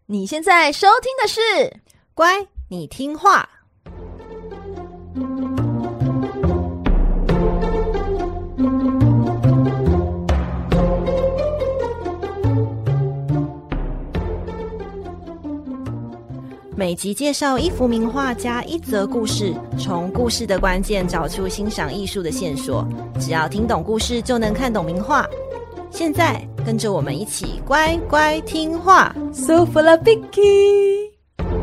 你现在收听的是乖，你听话。每集介绍一幅名画加一则故事，从故事的关键找出欣赏艺术的线索。只要听懂故事，就能看懂名画。现在跟着我们一起乖乖听话。 So for the Vicky。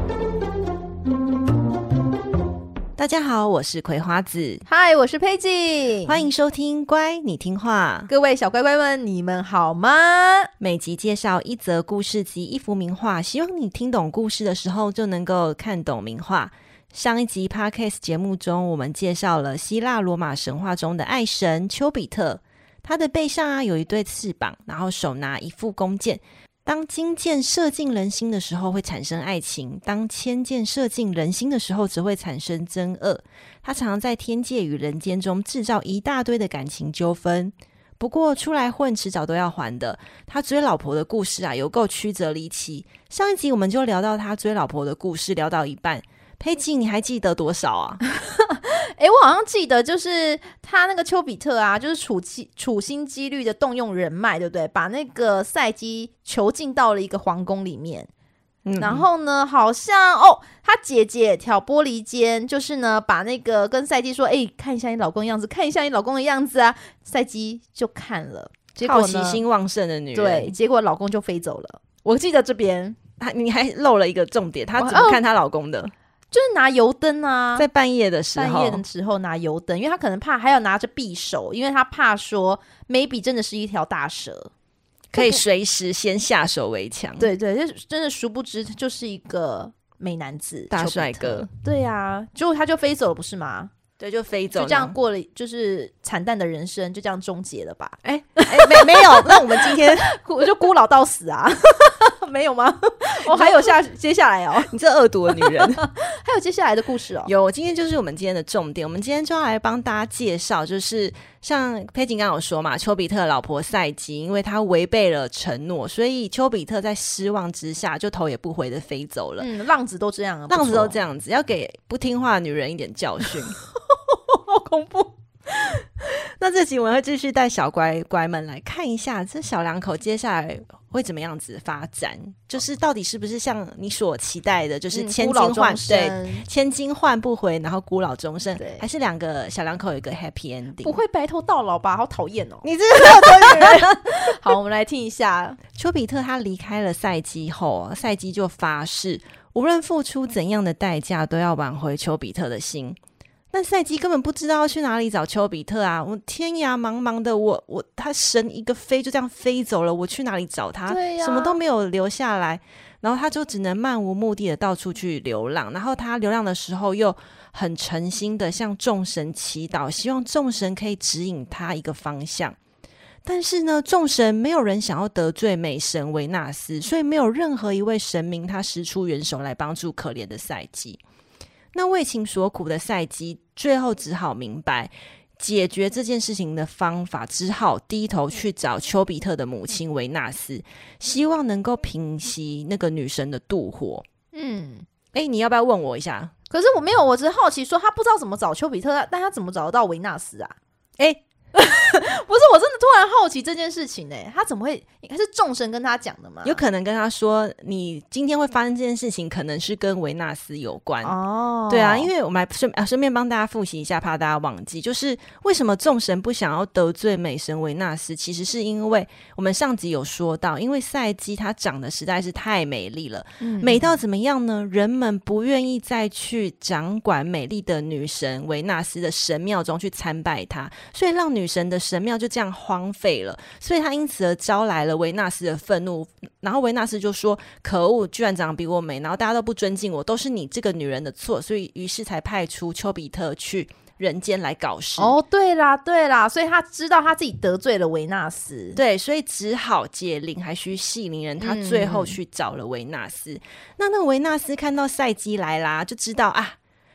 大家好，我是葵花子。 嗨，我是佩锦。 欢迎收听乖，你听话。 各位小乖乖们，你们好吗？ 每集介绍一则故事及一幅名画，希望你听懂故事的时候就能够看懂名画。上一集 Podcast 节目中，我们介绍了希腊罗马神话中的爱神丘比特，他的背上有一对翅膀，然后手拿一副弓箭。当金箭射进人心的时候会产生爱情，当铅箭射进人心的时候则会产生憎恶。他常常在天界与人间中制造一大堆的感情纠纷，不过出来混迟早都要还的。他追老婆的故事有够曲折离奇。上一集我们就聊到他追老婆的故事，聊到一半，佩奇你还记得多少啊？ 我好像记得就是他那个丘比特就是处心积虑的动用人脉，对不对？把那个赛姬囚禁到了一个皇宫里面。然后呢，好像他姐姐挑拨离间，就是呢把那个跟赛姬说，看一下你老公的样子，看一下你老公的样子啊。赛姬就看了，结果呢， 好奇心旺盛的女人， 对，结果老公就飞走了。我记得这边你还漏了一个重点，她怎么看她老公的？ 就是拿油灯在半夜的时候拿油灯，因为他可能怕，还要拿着匕首，因为他怕说 maybe 真的是一条大蛇， 可以随时先下手为强。 对对，真的殊不知就是一个美男子大帅哥。 对啊，结果他就飞走了，不是吗？ 对，就飞走了， 就这样过了，就是惨淡的人生就这样终结了吧？ 没有，那我们今天我就孤老到死啊。没有吗？还有接下来你这恶毒的女人。 还有接下来的故事有，今天就是我们今天的重点。我们今天就要来帮大家介绍，就是像佩锦刚刚有说嘛，丘比特的老婆赛姬，因为他违背了承诺，所以丘比特在失望之下就头也不回的飞走了。 浪子都这样浪子都这样子，要给不听话的女人一点教训。 好恐怖。 那这集我们会继续带小乖乖们来看一下这小两口接下来会怎么样子发展，就是到底是不是像你所期待的，就是千金换千金换不回，然后孤老终生，还是两个小两口有一个 happy ending？ 不会白头到老吧？好讨厌哦！ 你这个恶毒女人。 好，我们来听一下。 丘比特他离开了赛姬后，赛姬就发誓无论付出怎样的代价都要挽回丘比特的心。但赛姬根本不知道要去哪里找丘比特啊！我天涯茫茫的，他神一个飞就这样飞走了，我去哪里找他？什么都没有留下来，然后他就只能漫无目的的到处去流浪。然后他流浪的时候又很诚心的向众神祈祷，希望众神可以指引他一个方向。但是呢，众神没有人想要得罪美神维纳斯，所以没有任何一位神明他伸出援手来帮助可怜的赛姬。那为情所苦的赛姬最后只好明白解决这件事情的方法，只好低头去找丘比特的母亲维纳斯，希望能够平息那个女神的妒火。你要不要问我一下？ 可是我没有，我只是好奇说他不知道怎么找丘比特，但他怎么找得到维纳斯啊？不是，我真的突然好奇这件事情他怎么会？还是众神跟他讲的吗？ 有可能跟他说，你今天会发生这件事情，可能是跟维纳斯有关。对啊，因为我们来顺便帮大家复习一下，怕大家忘记，就是为什么众神不想要得罪美神维纳斯，其实是因为我们上集有说到，因为赛姬她长得实在是太美丽了，美到怎么样呢？人们不愿意再去掌管美丽的女神维纳斯的神庙中去参拜她，所以让女神的神庙就这样荒废了，所以他因此而招来了维纳斯的愤怒。然后维纳斯就说，可恶，居然长得比我美，然后大家都不尊敬我，都是你这个女人的错，所以于是才派出丘比特去人间来搞事。 对啦，所以他知道他自己得罪了维纳斯， 对，所以只好解铃还须系铃人，他最后去找了维纳斯。那维纳斯看到赛姬来啦，就知道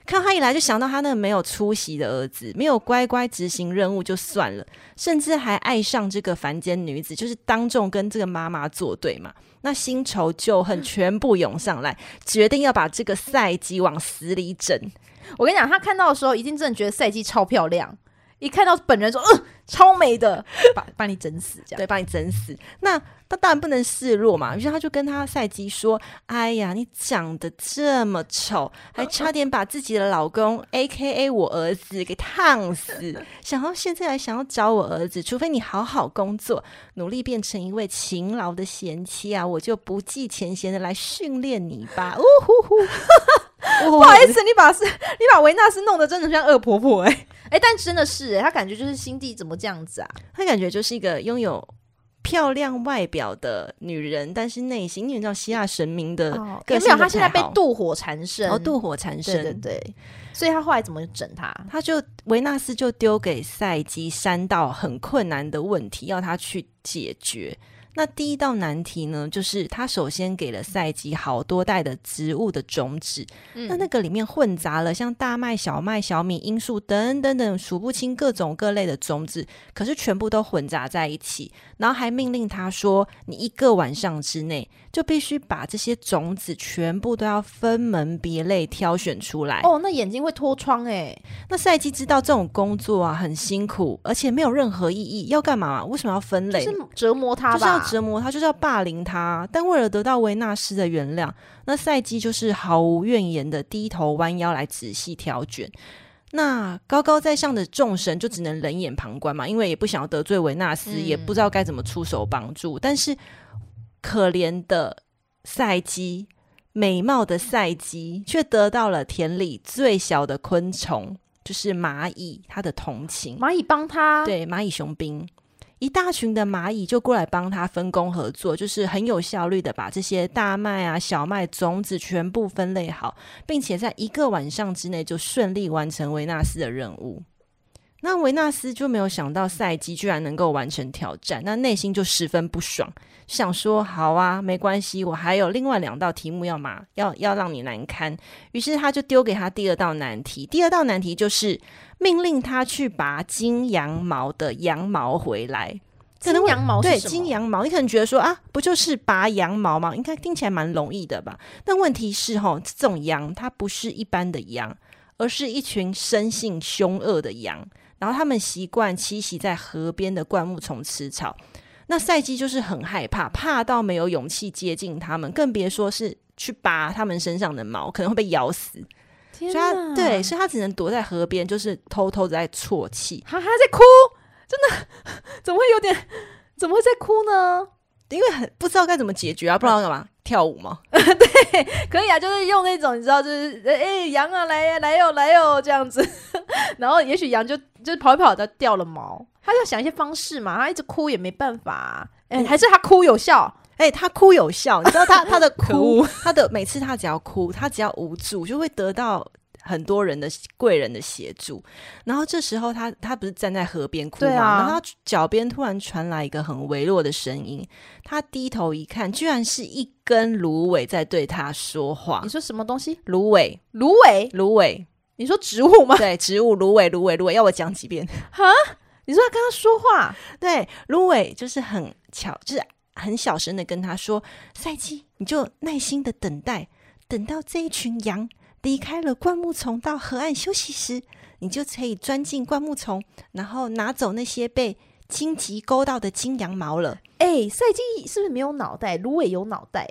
看到他一来就想到他那个没有出息的儿子，没有乖乖执行任务就算了，甚至还爱上这个凡间女子，就是当众跟这个妈妈作对嘛。那新仇旧恨全部涌上来，决定要把这个赛姬往死里整。 我跟你讲，他看到的时候一定真的觉得赛姬超漂亮，一看到本人说超美的，把你整死这样。 对，把你整死。那他当然不能示弱嘛，于是他就跟他赛姬说，哎呀，你长得这么丑，还差点把自己的老公 AKA 我儿子给烫死，想到现在还想要找我儿子，除非你好好工作，努力变成一位勤劳的贤妻啊，我就不计前嫌的来训练你吧。呼呼不好意思，你把维纳斯弄得真的像恶婆婆但真的是他感觉就是心地怎么这样子啊？ 他感觉就是一个拥有漂亮外表的女人，但是内心你知道希腊神明的个性没有，他现在被妒火缠身， 妒火缠身， 对对对，所以他后来怎么整他？ 维纳斯就丢给赛姬3道很困难的问题，要他去解决。那第一道难题呢，就是他首先给了赛姬好多袋的植物的种子，那个里面混杂了像大麦、小麦、小米、罂粟等等等数不清各种各类的种子，可是全部都混杂在一起，然后还命令他说，你1个晚上之内就必须把这些种子全部都要分门别类挑选出来。 那眼睛会脱窗那赛姬知道这种工作啊很辛苦，而且没有任何意义，要干嘛？为什么要分类？ 就是折磨他吧， 就是要折磨他，就是要霸凌他。但为了得到维纳斯的原谅，那赛姬就是毫无怨言的低头弯腰来仔细挑选。那高高在上的众神就只能冷眼旁观嘛，因为也不想要得罪维纳斯，也不知道该怎么出手帮助。但是可怜的赛姬，美貌的赛姬却得到了田里最小的昆虫，就是蚂蚁，他的同情。 蚂蚁帮他， 对，蚂蚁雄兵，一大群的蚂蚁就过来帮他分工合作，就是很有效率的把这些大麦啊、小麦种子全部分类好，并且在1个晚上之内就顺利完成维纳斯的任务。那维纳斯就没有想到赛姬居然能够完成挑战，那内心就十分不爽，想说好啊，没关系，我还有另外2道题目要让你难堪。于是他就丢给他第2道难题，第2道难题就是命令他去拔金羊毛的羊毛回来。 金羊毛是什么？ 对，金羊毛，你可能觉得说啊，不就是拔羊毛吗？应该听起来蛮容易的吧？但问题是这种羊它不是一般的羊，而是一群生性凶恶的羊，然后他们习惯栖息在河边的灌木丛吃草。那赛姬就是很害怕，怕到没有勇气接近他们，更别说是去拔他们身上的毛，可能会被咬死。 天哪！ 所以他只能躲在河边，就是偷偷的在啜泣。 他还在哭，真的怎么会在哭呢？ 因为不知道该怎么解决啊，不知道干嘛跳舞吗？ 对，可以啊，就是用那种你知道，就是羊啊来呀来哟这样子，然后也许羊就跑一跑的掉了毛，他要想一些方式嘛，他一直哭也没办法啊，还是他哭有效。 他哭有效，你知道他的哭，每次他只要哭，他只要无助，就会得到很多人的贵人的协助。然后这时候他不是站在河边哭吗？然后他脚边突然传来一个很微弱的声音，他低头一看，居然是一根芦苇在对他说话。 你说什么东西？ 芦苇？ 你说植物吗？ 对，植物，芦苇，要我讲几遍？ 哈？你说他跟他说话？ 对，芦苇就是很巧，就是很小声的跟他说，赛姬，你就耐心的等待，等到这一群羊离开了灌木丛到河岸休息时，你就可以钻进灌木丛，然后拿走那些被荆棘勾到的金羊毛了。 赛姬是不是没有脑袋？芦苇有脑袋。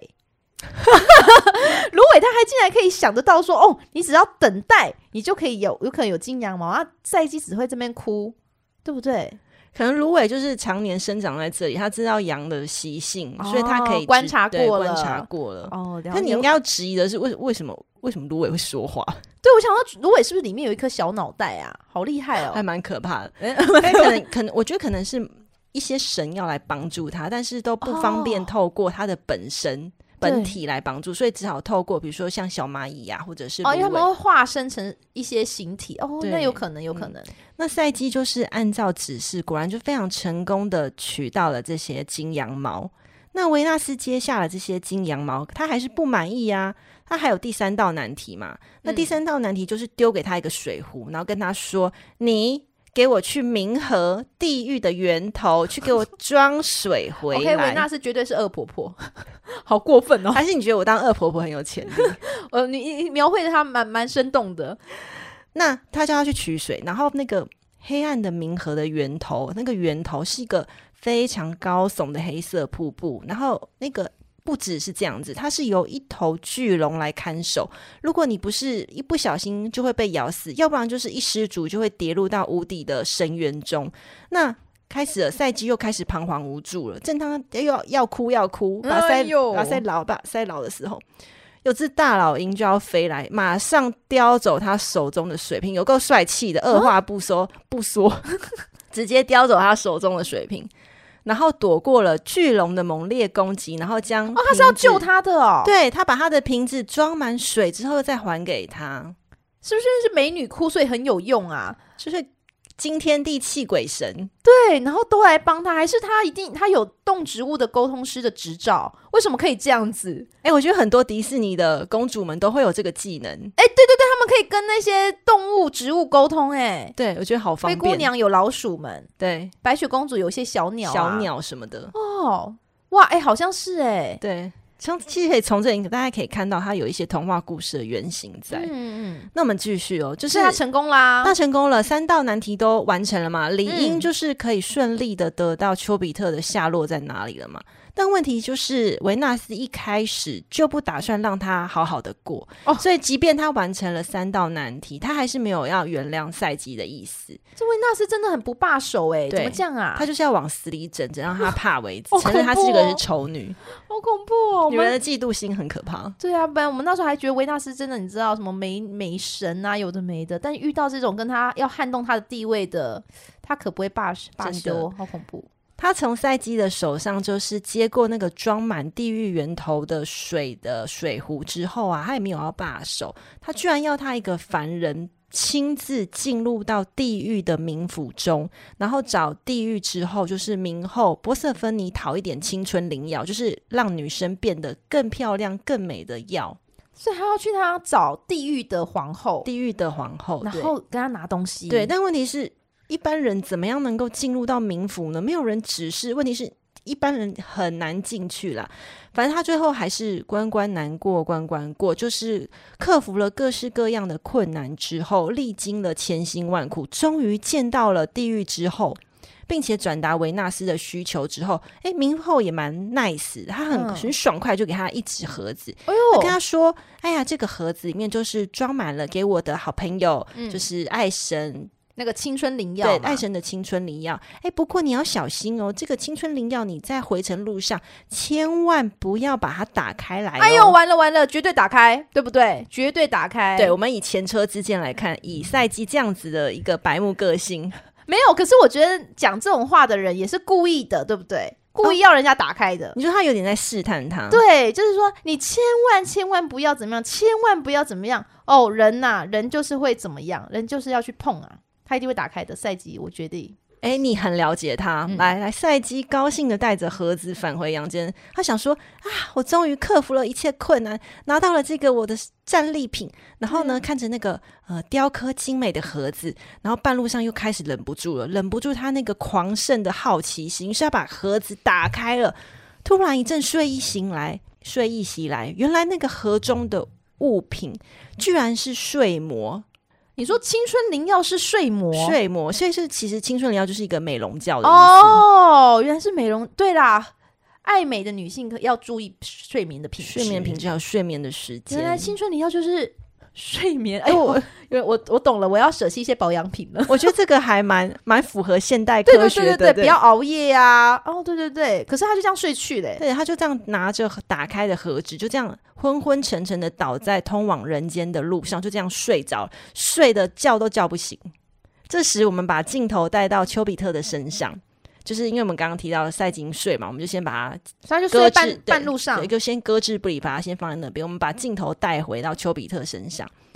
芦苇他还竟然可以想得到说，你只要等待，你就可以有可能有金羊毛啊。赛姬只会这边哭，对不对？ 可能芦苇就是常年生长在这里，他知道羊的习性，所以他可以观察过了。那你应该要质疑的是为什么芦苇会说话？ 对，我想到芦苇是不是里面有一颗小脑袋啊？好厉害哦， 还蛮可怕的。可能我觉得可能是一些神要来帮助他，但是都不方便透过他的本体来帮助，所以只好透过比如说像小蚂蚁啊，或者是芦苇， 因为他们会化身成一些形体。那有可能。 那赛姬就是按照指示，果然就非常成功的取到了这些金羊毛。 那维纳斯接下了这些金羊毛，他还是不满意啊，他还有第3道难题嘛。那第3道难题就是丢给他一个水壶，然后跟他说，你给我去冥河地狱的源头去给我装水回来。 OK， 维纳斯绝对是恶婆婆，好过分哦！ 还是你觉得我当恶婆婆很有潜力？ 你描绘的她蛮生动的。 那他叫他去取水，然后那个黑暗的冥河的源头，那个源头是一个非常高耸的黑色瀑布，然后那个不只是这样子，它是由一头巨龙来看守，如果你不是一不小心就会被咬死，要不然就是一失足就会跌入到无底的深渊中。那开始了，赛姬又开始彷徨无助了，正当要哭把塞牢的时候，有只大老鹰就要飞来，马上叼走他手中的水瓶，有够帅气的，二话不说直接叼走他手中的水瓶，然后躲过了巨龙的猛烈攻击，然后将他是要救他的哦。 对，他把他的瓶子装满水之后再还给他。 是不是美女哭所以很有用啊？ 就是惊天地泣鬼神， 对，然后都来帮他，还是他有动植物的沟通师的执照？为什么可以这样子？ 我觉得很多迪士尼的公主们都会有这个技能。 对，他们可以跟那些动物、植物沟通。 对，我觉得好方便。 灰姑娘有老鼠们， 对， 白雪公主有一些小鸟什么的。 哦，哇，好像是对。其实可以从这里大家可以看到它有一些童话故事的原型在。那我们继续就是他成功啦， 他成功了，3道难题都完成了嘛，理应就是可以顺利的得到丘比特的下落在哪里了嘛。但问题就是维纳斯一开始就不打算让他好好的过，所以即便他完成了3道难题，他还是没有要原谅赛姬的意思。 这维纳斯真的很不罢手怎么这样啊？ 他就是要往死里整让他怕为止，承认他是个丑女。 好恐怖哦！ 女人的嫉妒心很可怕。 对啊，不然我们那时候还觉得维纳斯真的，你知道什么美神啊，有的没的。但遇到这种跟他要撼动他的地位的，他可不会罢休，好恐怖。 他从赛姬的手上就是接过那个装满地狱源头的水壶之后啊，他也没有要罢手，他居然要他一个凡人亲自进入到地狱的冥府中，然后找地狱之后就是冥后波瑟芬妮讨一点青春灵药，就是让女生变得更漂亮更美的药。 所以他要去他找地狱的皇后，然后跟他拿东西。 对，但问题是一般人怎么样能够进入到冥府呢？没有人指示，问题是一般人很难进去啦。反正他最后还是关关难过关关过，就是克服了各式各样的困难之后，历经了千辛万苦，终于见到了地狱之后，并且转达维纳斯的需求之后，冥后也蛮 nice 的，他很爽快就给他一纸盒子，他跟他说，哎呀，这个盒子里面就是装满了给我的好朋友，就是爱神那个青春灵药， 对，爱神的青春灵药。不过你要小心哦，这个青春灵药你在回程路上千万不要把它打开来完了，绝对打开，对不对？绝对打开。 对，我们以前车之鉴来看，以赛姬这样子的一个白目个性， 没有。可是我觉得讲这种话的人也是故意的，对不对？故意要人家打开的。 你说他有点在试探他？ 对，就是说你千万不要怎么样，千万不要怎么样人就是会怎么样，人就是要去碰啊。他一定会打开的，赛姬我决定。 你很了解他。来，赛姬高兴的带着盒子返回阳间，他想说我终于克服了一切困难，拿到了这个我的战利品。然后呢，看着那个雕刻精美的盒子，然后半路上又开始忍不住他那个狂盛的好奇心，于是他把盒子打开了。突然一阵睡意袭来，原来那个盒中的物品居然是睡魔。 你说青春灵药是睡魔， 所以是其实青春灵药就是一个美容觉的意思。 原来是美容。对啦，爱美的女性要注意睡眠的品质， 睡眠品质还有睡眠的时间。 原来青春灵药就是睡眠。我懂了，我要舍弃一些保养品了。 我觉得这个还蛮符合现代科学的。 对，不要熬夜啊。对，可是他就这样睡去了。 对，他就这样拿着打开的盒子，就这样昏昏沉沉的倒在通往人间的路上，就这样睡着，睡的叫都叫不醒。这时我们把镜头带到丘比特的身上，就是因为我们刚刚提到的赛姬睡嘛，我们就先把它就睡半路上， 就先搁置不理，把它先放在那边。我们把镜头带回到丘比特身上，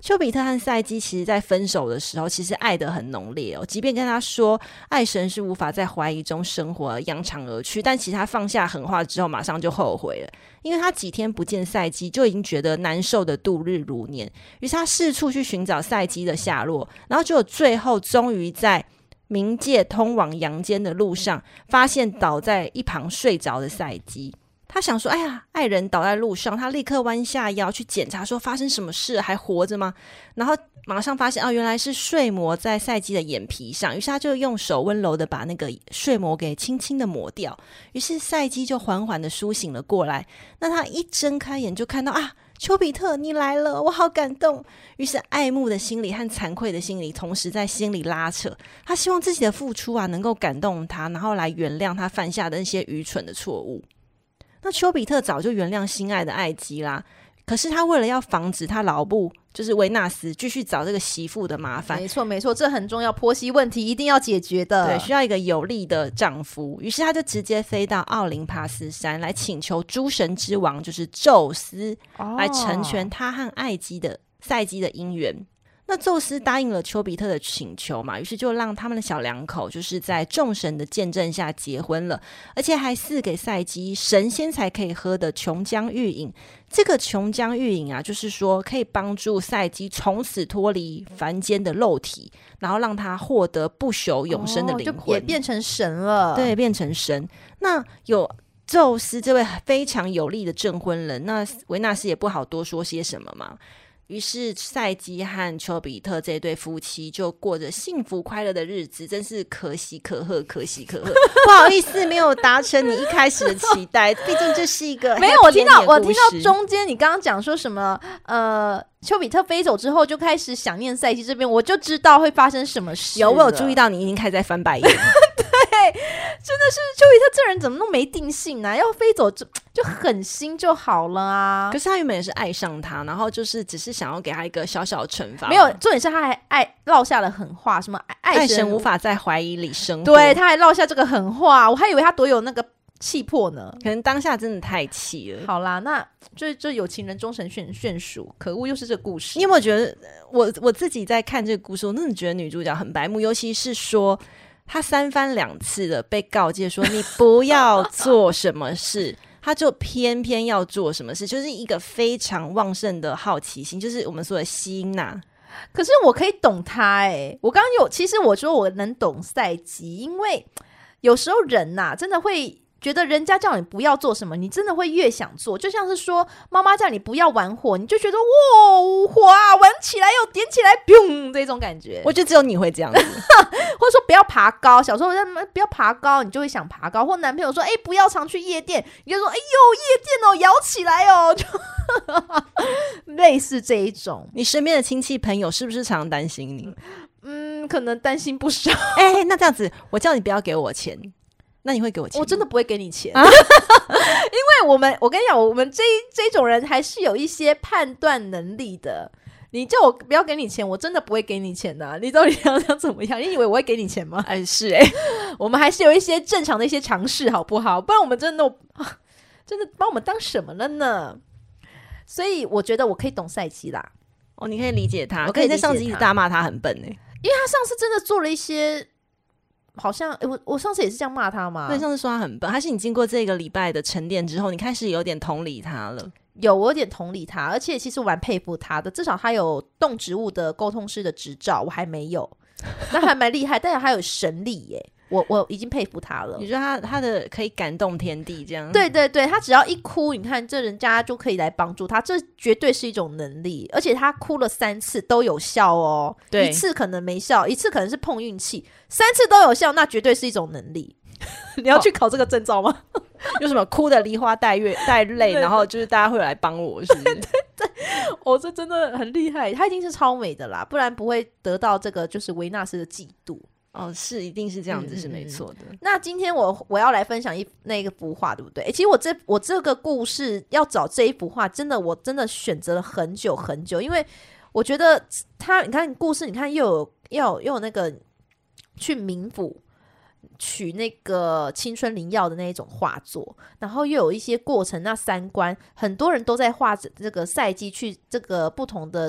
丘比特和赛姬其实在分手的时候其实爱得很浓烈哦，即便跟他说爱神是无法在怀疑中生活而扬长而去，但其实他放下狠话之后马上就后悔了，因为他几天不见赛姬就已经觉得难受的度日如年，于是他四处去寻找赛姬的下落，然后结果最后终于在冥界通往阳间的路上发现倒在一旁睡着的赛姬。他想说哎呀，爱人倒在路上，他立刻弯下腰去检查说发生什么事，还活着吗？然后马上发现原来是睡魔在赛姬的眼皮上，于是他就用手温柔的把那个睡魔给轻轻的抹掉，于是赛姬就缓缓的苏醒了过来。那他一睁开眼就看到丘比特你来了，我好感动。于是爱慕的心理和惭愧的心理同时在心里拉扯，他希望自己的付出能够感动他，然后来原谅他犯下的那些愚蠢的错误。那丘比特早就原谅心爱的爱姬啦，可是他为了要防止他老母就是维纳斯继续找这个媳妇的麻烦， 没错没错，这很重要，婆媳问题一定要解决的， 对，需要一个有力的丈夫。于是他就直接飞到奥林帕斯山来请求诸神之王就是宙斯来成全他和赛姬的姻缘。那宙斯答应了丘比特的请求嘛，于是就让他们的小两口就是在众神的见证下结婚了，而且还赐给赛姬神仙才可以喝的琼浆玉饮。这个琼浆玉饮就是说可以帮助赛姬从此脱离凡间的肉体，然后让他获得不朽永生的灵魂， 就也变成神了。 对，变成神。那有宙斯这位非常有力的证婚人，那维纳斯也不好多说些什么嘛。于是赛姬和丘比特这对夫妻就过着幸福快乐的日子，真是可喜可贺，可喜可贺。不好意思，没有达成你一开始的期待，毕竟这是一个没有。我听到中间你刚刚讲说什么丘比特飞走之后就开始想念赛姬这边，我就知道会发生什么事。 我有注意到你已经开始在翻白眼。 对，真的是丘比特这人怎么那么没定性啊？要飞走就狠心就好了啊！ 可是他原本也是爱上他，然后就是只是想要给他一个小小的惩罚。 没有，重点是他还落下了狠话，什么爱神无法在怀疑里生活。 对，他还落下这个狠话，我还以为他多有那个气魄呢。 可能当下真的太气了。 好啦，那就有情人终成眷属，可恶，又是这个故事。 你有没有觉得我自己在看这个故事，我真的觉得女主角很白目，尤其是说她三番两次的被告诫说你不要做什么事。他就偏偏要做什么事，就是一个非常旺盛的好奇心，就是我们说的心呐。 可是我可以懂他我刚刚其实我说我能懂赛姬，因为有时候人真的会觉得人家叫你不要做什么，你真的会越想做。就像是说妈妈叫你不要玩火，你就觉得哇火啊，玩起来又点起来，砰，这种感觉。 我觉得只有你会这样子。 或者说不要爬高，小时候不要爬高，你就会想爬高。或男朋友说不要常去夜店，你就说哎呦夜店哦，摇起来哦，就类似这一种。 你身边的亲戚朋友是不是常常担心你？ 可能担心不少。 那这样子我叫你不要给我钱，那你会给我钱吗？ 我真的不会给你钱。因为我跟你讲，我们这种人还是有一些判断能力的。你叫我不要给你钱，我真的不会给你钱的你到底想怎么样？你以为我会给你钱吗？ 是我们还是有一些正常的一些尝试好不好？不然我们真的把我们当什么了呢？所以我觉得我可以懂赛姬啦。 你可以理解他。 我可以理解他。 在上次一直大骂他很笨因为他上次真的做了一些好像我上次也是这样骂他嘛。 对，上次说他很笨，还是你经过这个礼拜的沉淀之后，你开始有点同理他了？ 我有点同理他，而且其实我蛮佩服他的，至少他有动植物的沟通师的执照，我还没有，那还蛮厉害。但是他有神力我已经佩服他了。 你觉得他的可以感动天地这样？ 对对对，他只要一哭，你看这人家就可以来帮助他，这绝对是一种能力。而且他哭了3次都有效哦， 对， 一次可能没效，一次可能是碰运气，3次都有效，那绝对是一种能力。你要去考这个证照吗？ 有什么哭的梨花带泪，然后就是大家会来帮我，是不是？ 对，这真的很厉害，他一定是超美的啦，不然不会得到这个就是维纳斯的嫉妒。 是一定是这样子，是没错的。 那今天我要来分享那个幅画，对不对？其实我这个故事要找这一幅画，我真的选择了很久很久，因为我觉得你看故事，你看又有那个去冥府取那个青春灵药的那一种画作，然后又有一些过程，那3关很多人都在画这个赛姬去这个不同的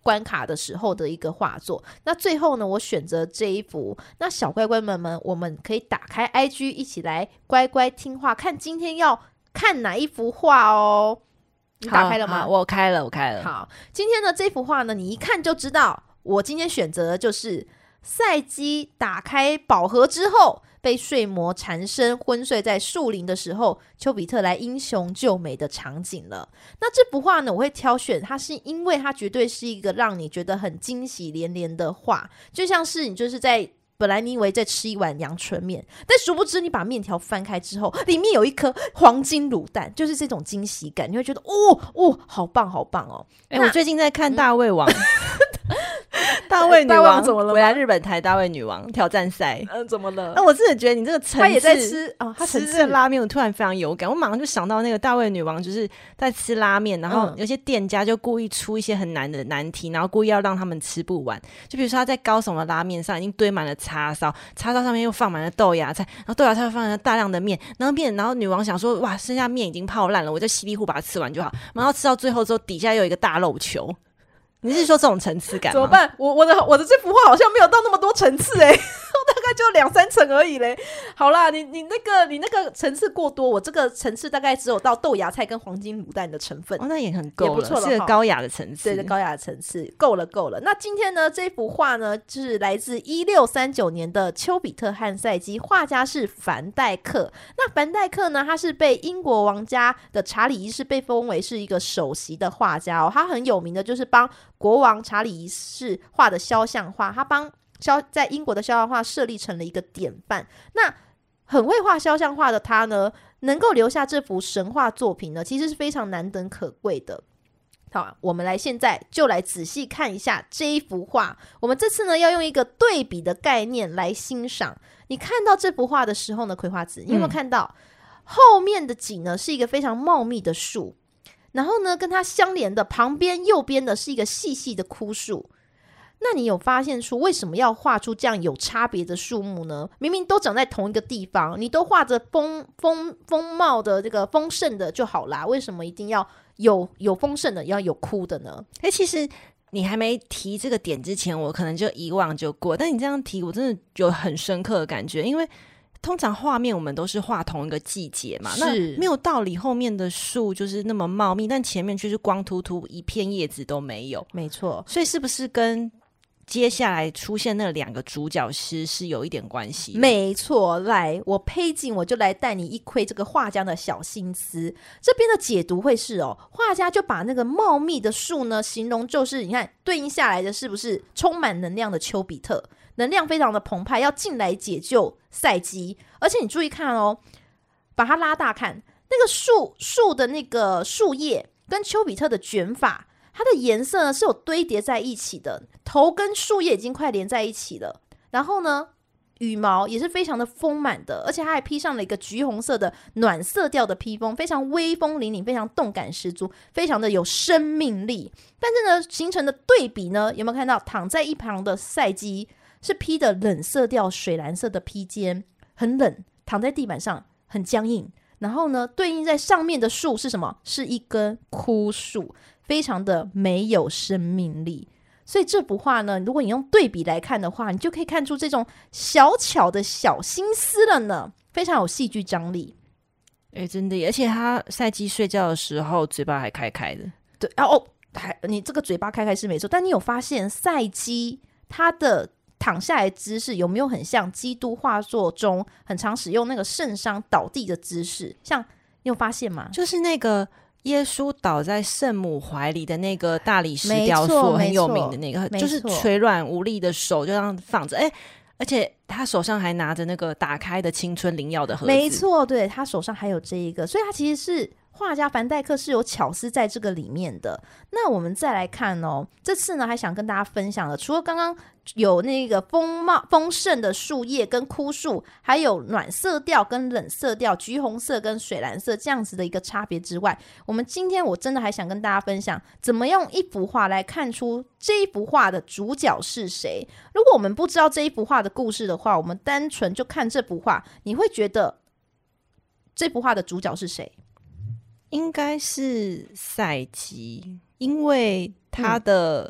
关卡的时候的一个画作。那最后呢，我选择这一幅。那小乖乖们，我们可以打开 IG 一起来乖乖听话，看今天要看哪一幅画哦。你打开了吗？ 我开了。 好，今天的这幅画呢，你一看就知道，我今天选择的就是赛基打开宝盒之后被睡魔缠身昏睡在树林的时候，丘比特来英雄救美的场景了。那这幅画呢，我会挑选它是因为它绝对是一个让你觉得很惊喜连连的画，就像是你就是在本来你以为在吃一碗阳春面，但殊不知你把面条翻开之后，里面有一颗黄金卤蛋，就是这种惊喜感，你会觉得好棒好棒哦。 我最近在看大胃王大胃女王怎么了？ 回来日本台大胃女王挑战赛。 怎么了？ 那我真的觉得你这个层次， 他也在吃啊，他吃这个拉面，我突然非常有感。我马上就想到那个大胃女王，就是在吃拉面，然后有些店家就故意出一些很难的难题，然后故意要让他们吃不完。就比如说他在高雄的拉面上已经堆满了叉烧，叉烧上面又放满了豆芽菜，然后豆芽菜又放了大量的面，然后女王想说哇，剩下面已经泡烂了，我就稀里糊把它吃完就好。然后吃到最后之后，底下又有一个大肉球。你是说这种层次感吗？ 怎么办？我的这幅画好像没有到那么多层次大概就2-3层而已嘞。好啦，你那个层次过多，我这个层次大概只有到豆芽菜跟黄金卤蛋的成分。 那也很够了， 也不错了， 是个高雅的层次。 对，高雅的层次，够了。那今天呢，这幅画呢，就是来自1639年的丘比特和赛基，画家是凡戴克。那凡戴克呢，他是被英国王家的查理一世被封为是一个首席的画家他很有名的就是帮国王查理一世画的肖像画，他帮在英国的肖像画设立成了一个典范。那很会画肖像画的他呢，能够留下这幅神话作品呢，其实是非常难得可贵的。好，我们现在就来仔细看一下这一幅画。我们这次呢，要用一个对比的概念来欣赏。你看到这幅画的时候呢，葵花子，你有没有看到后面的景呢，是一个非常茂密的树，然后呢，跟它相连的旁边右边的是一个细细的枯树。那你有发现出为什么要画出这样有差别的树木呢？明明都长在同一个地方，你都画着丰茂的这个丰盛的就好啦，为什么一定要有丰盛的，要有枯的呢？ 其实你还没提这个点之前，我可能就遗忘就过，但你这样提，我真的有很深刻的感觉，因为通常画面我们都是画同一个季节嘛，那没有道理后面的树就是那么茂密，但前面却是光秃秃一片叶子都没有。 没错， 所以是不是跟接下来出现那2个主角诗是有一点关系的？ 没错，来，我佩锦我就来带你一窥这个画家的小心思。这边的解读会是画家就把那个茂密的树呢，形容就是你看对应下来的是不是充满能量的丘比特，能量非常的澎湃，要进来解救赛基。而且你注意看把它拉大看，那个树的那个树叶跟丘比特的卷发，它的颜色呢是有堆叠在一起的，头跟树叶已经快连在一起了，然后呢羽毛也是非常的丰满的，而且它还披上了一个橘红色的暖色调的披风，非常威风凛凛，非常动感十足，非常的有生命力。但是呢形成的对比呢，有没有看到躺在一旁的赛基是披的冷色调水蓝色的披肩，很冷，躺在地板上很僵硬。然后呢对应在上面的树是什么？是一根枯树，非常的没有生命力。所以这幅画呢，如果你用对比来看的话，你就可以看出这种小巧的小心思了呢，非常有戏剧张力。 真的，而且他赛基睡觉的时候嘴巴还开开的。 对你这个嘴巴开开是没错，但你有发现赛基他的躺下来的姿势有没有很像基督画作中很常使用那个圣殇倒地的姿势？像你有发现吗？ 就是那个耶稣倒在圣母怀里的那个大理石雕塑，很有名的那个，就是垂软无力的手就这样放着，而且他手上还拿着那个打开的青春灵药的盒子。 没错，对，他手上还有这一个，所以他其实是画家凡戴克是有巧思在这个里面的。那我们再来看这次呢还想跟大家分享的，除了刚刚有那个丰盛的树叶跟枯树，还有暖色调跟冷色调，橘红色跟水蓝色这样子的一个差别之外，我们今天我真的还想跟大家分享怎么用一幅画来看出这一幅画的主角是谁。如果我们不知道这一幅画的故事的话，我们单纯就看这幅画，你会觉得这幅画的主角是谁？ 应该是赛基，因为他的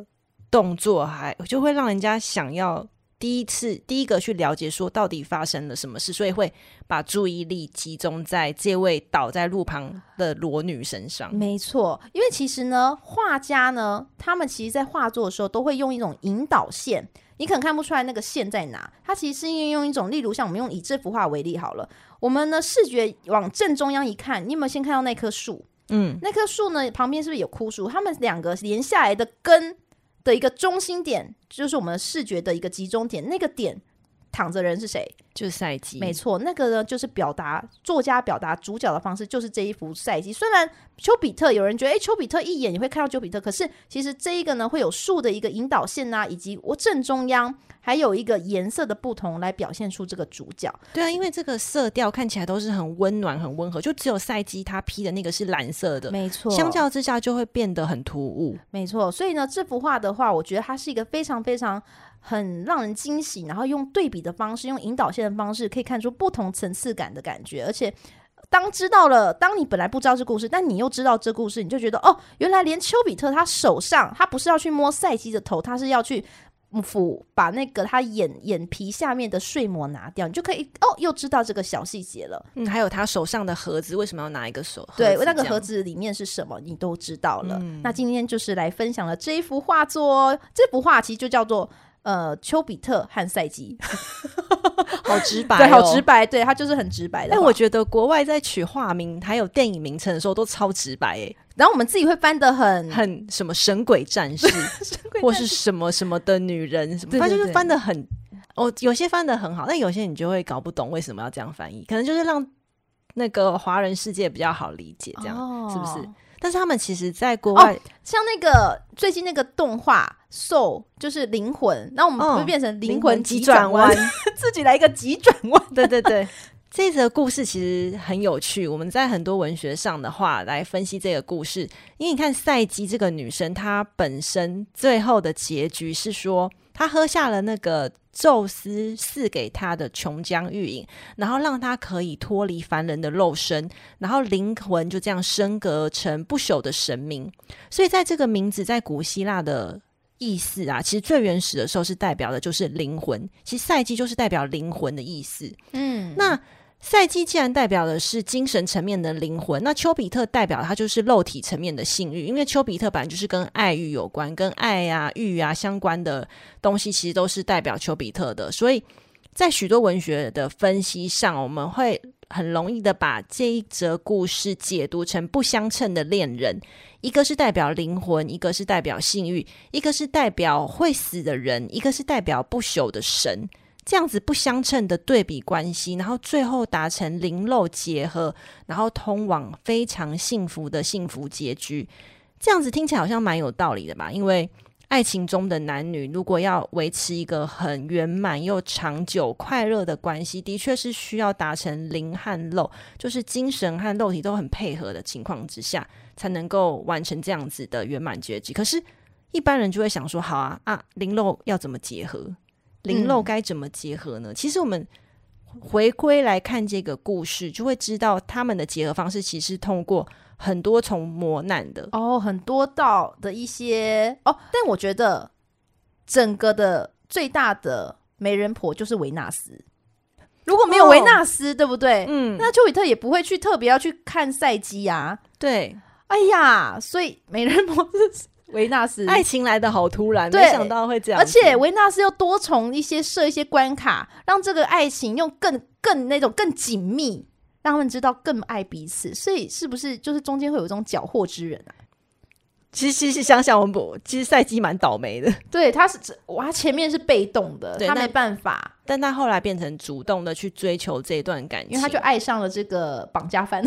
动作还就会让人家想要第一个去了解说到底发生了什么事，所以会把注意力集中在这位倒在路旁的裸女身上。 没错，因为其实呢，画家呢，他们其实在画作的时候都会用一种引导线，你可能看不出来那个线在哪，它其实是用一种，例如像我们用以这幅画为例好了，我们呢视觉往正中央一看，你有没有先看到那棵树？那棵树呢旁边是不是有枯树？它们两个连下来的根的一个中心点，就是我们视觉的一个集中点，那个点躺着人是谁？ 就是赛姬。 没错，那个呢就是作家表达主角的方式，就是这一幅赛姬。虽然丘比特有人觉得丘比特一眼你会看到丘比特，可是其实这一个呢会有树的一个引导线啊，以及我正中央还有一个颜色的不同来表现出这个主角。 对啊，因为这个色调看起来都是很温暖很温和，就只有赛姬他披的那个是蓝色的， 没错， 相较之下就会变得很突兀。 没错，所以呢这幅画的话，我觉得它是一个非常非常很让人惊喜，然后用对比的方式，用引导线的方式可以看出不同层次感的感觉。而且当你本来不知道这故事，但你又知道这故事，你就觉得原来连丘比特他手上他不是要去摸赛姬的头，他是要去把那个他眼皮下面的睡膜拿掉，你就可以又知道这个小细节了。 还有他手上的盒子为什么要拿一个盒子？ 对，那个盒子里面是什么你都知道了。那今天就是来分享了这一幅画作这幅画其实就叫做丘比特和赛姬。 好直白对，好直白，对，它就是很直白的。 但我觉得国外在取画名还有电影名称的时候都超直白然后我们自己会翻得很什么神鬼战士或是什么什么的女人什么，反正就是翻得很有些翻得很好，但有些你就会搞不懂为什么要这样翻译，可能就是让那个华人世界比较好理解，这样是不是？但是他们其实在国外像那个最近那个动画 Soul 就是灵魂，然后我们会变成灵魂急转弯自己来一个急转弯。 对对对这一则故事其实很有趣，我们在很多文学上的话来分析这个故事，因为你看赛姬这个女生她本身最后的结局是说她喝下了那个宙斯赐给她的琼浆玉饮，然后让她可以脱离凡人的肉身，然后灵魂就这样升格成不朽的神明。所以在这个名字在古希腊的意思啊，其实最原始的时候是代表的就是灵魂，其实赛姬就是代表灵魂的意思。那赛姬既然代表的是精神层面的灵魂，那丘比特代表它就是肉体层面的性欲，因为丘比特本来就是跟爱欲有关，跟爱啊欲啊相关的东西其实都是代表丘比特的，所以在许多文学的分析上，我们会很容易的把这一则故事解读成不相称的恋人，一个是代表灵魂，一个是代表性欲，一个是代表会死的人，一个是代表不朽的神，这样子不相称的对比关系，然后最后达成灵肉结合，然后通往非常幸福的幸福结局。这样子听起来好像蛮有道理的吧，因为爱情中的男女如果要维持一个很圆满又长久快乐的关系，的确是需要达成灵和肉，就是精神和肉体都很配合的情况之下才能够完成这样子的圆满结局。可是一般人就会想说，好啊灵肉要怎么结合，灵肉该怎么结合呢？其实我们回归来看这个故事，就会知道他们的结合方式其实是通过很多重磨难的很多道的一些但我觉得整个的最大的媒人婆就是维纳斯。如果没有维纳斯对不对？那丘比特也不会去特别要去看赛姬啊。 对， 哎呀，所以媒人婆是维纳斯， 爱情来得好突然，没想到会这样子。 而且维纳斯又多重设一些关卡，让这个爱情用更那种更紧密，让他们知道更爱彼此。所以是不是就是中间会有一种缴获之人啊？ 其实想想其实赛姬蛮倒霉的。 对，他前面是被动的，他没办法， 但他后来变成主动的去追求这一段感情， 因为他就爱上了这个绑架犯。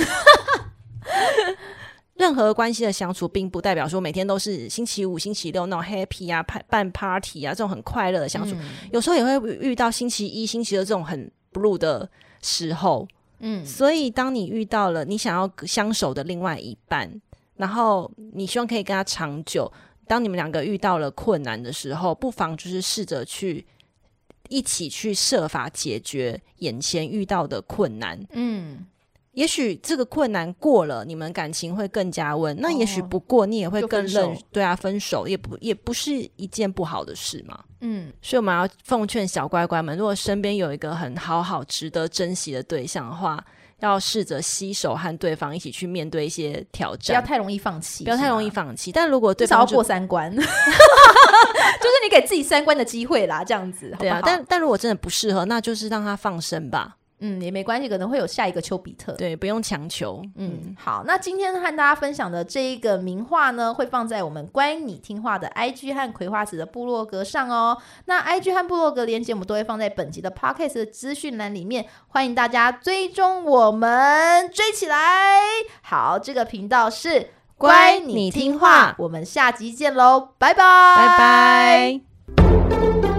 任何关系的相处并不代表说每天都是星期五星期六那种 happy 啊办 party 啊这种很快乐的相处，有时候也会遇到星期一星期二这种很 blue 的时候。所以当你遇到了你想要相守的另外一半，然后你希望可以跟他长久，当你们两个遇到了困难的时候，不妨就是试着去一起去设法解决眼前遇到的困难。 也许这个困难过了，你们感情会更加温，那也许不过你也会更对啊，分手也不是一件不好的事嘛。所以我们要奉劝小乖乖们，如果身边有一个很好值得珍惜的对象的话，要试着携手和对方一起去面对一些挑战， 不要太容易放弃， 但如果对方至少要过3关就是你给自己3关的机会啦，这样子对啊， 好不好？ 但如果真的不适合，那就是让他放生吧。 也没关系，可能会有下一个丘比特， 对，不用强求。 好，那今天和大家分享的这一个名画呢，会放在我们乖你听话的 IG 和葵花籽的部落格上哦。那 IG 和部落格连结我们都会放在本集的 Podcast 的资讯栏里面，欢迎大家追踪我们，追起来。好，这个频道是乖你听话，我们下集见喽，拜拜， 拜拜。